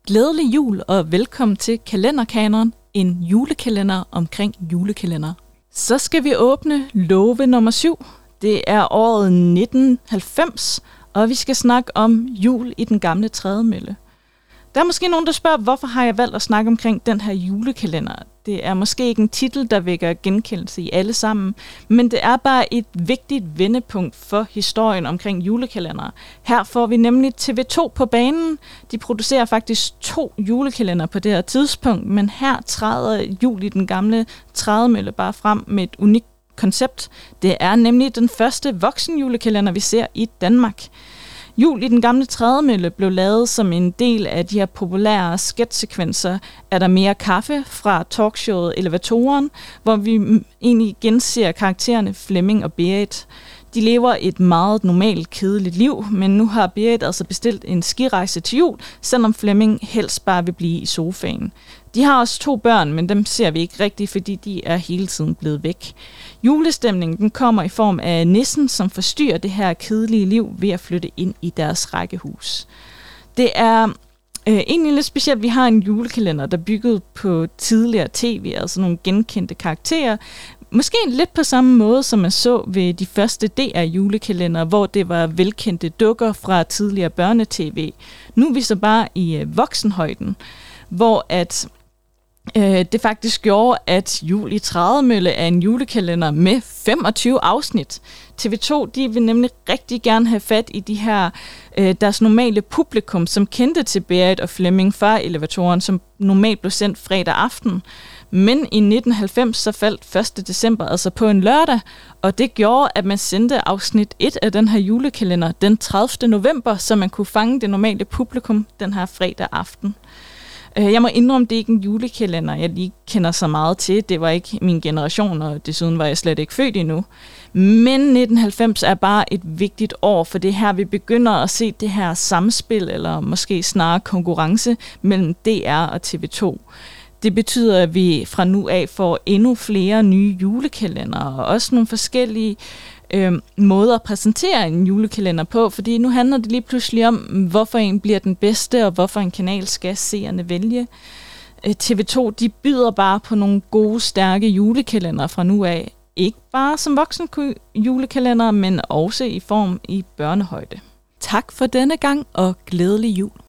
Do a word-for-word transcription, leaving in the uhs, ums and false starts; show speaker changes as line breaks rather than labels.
Glædelig jul og velkommen til Kalenderkanonen, en julekalender omkring julekalender. Så skal vi åbne låge nummer syv. Det er året nitten halvfems, og vi skal snakke om jul i den gamle trædemølle. Der er måske nogen, der spørger, hvorfor har jeg valgt at snakke omkring den her julekalender? Det er måske ikke en titel, der vækker genkendelse i alle sammen, men det er bare et vigtigt vendepunkt for historien omkring julekalender. Her får vi nemlig T V to på banen. De producerer faktisk to julekalender på det her tidspunkt, men her træder Jul i den gamle trædemølle bare frem med et unikt koncept. Det er nemlig den første voksenjulekalender, vi ser i Danmark. Jul i den gamle trædemølle blev lavet som en del af de her populære sketsekvenser Er der mere kaffe fra talkshowet Elevatoren, hvor vi egentlig genser karaktererne Flemming og Berit. De lever et meget normalt, kedeligt liv, men nu har Berit altså bestilt en skirejse til jul, selvom Flemming helst bare vil blive i sofaen. De har også to børn, men dem ser vi ikke rigtigt, fordi de er hele tiden blevet væk. Julestemningen den kommer i form af nissen, som forstyrrer det her kedelige liv ved at flytte ind i deres rækkehus. Det er øh, egentlig lidt specielt, at vi har en julekalender, der er bygget på tidligere tv, altså nogle genkendte karakterer. Måske lidt på samme måde, som man så ved de første D R-julekalender, hvor det var velkendte dukker fra tidligere børnetv. Nu er vi så bare i øh, voksenhøjden, hvor at øh, det faktisk gjorde, at Jul i Trædemølle er en julekalender med femogtyve afsnit. T V to de vil nemlig rigtig gerne have fat i de her øh, deres normale publikum, som kendte til Berit og Flemming fra Elevatoren, som normalt blev sendt fredag aften. Men i nitten halvfems så faldt første december, altså på en lørdag, og det gjorde, at man sendte afsnit et af den her julekalender den tredivte november, så man kunne fange det normale publikum den her fredag aften. Jeg må indrømme, det er ikke en julekalender, jeg lige kender så meget til. Det var ikke min generation, og desuden var jeg slet ikke født endnu. Men nitten halvfems er bare et vigtigt år, for det er her, vi begynder at se det her samspil, eller måske snarere konkurrence mellem D R og T V to. Det betyder, at vi fra nu af får endnu flere nye julekalender, og også nogle forskellige øh, måder at præsentere en julekalender på, fordi nu handler det lige pludselig om, hvorfor en bliver den bedste, og hvorfor en kanal skal seerne vælge. T V to de byder bare på nogle gode, stærke julekalender fra nu af. Ikke bare som voksen julekalender, men også i form i børnehøjde. Tak for denne gang, og glædelig jul.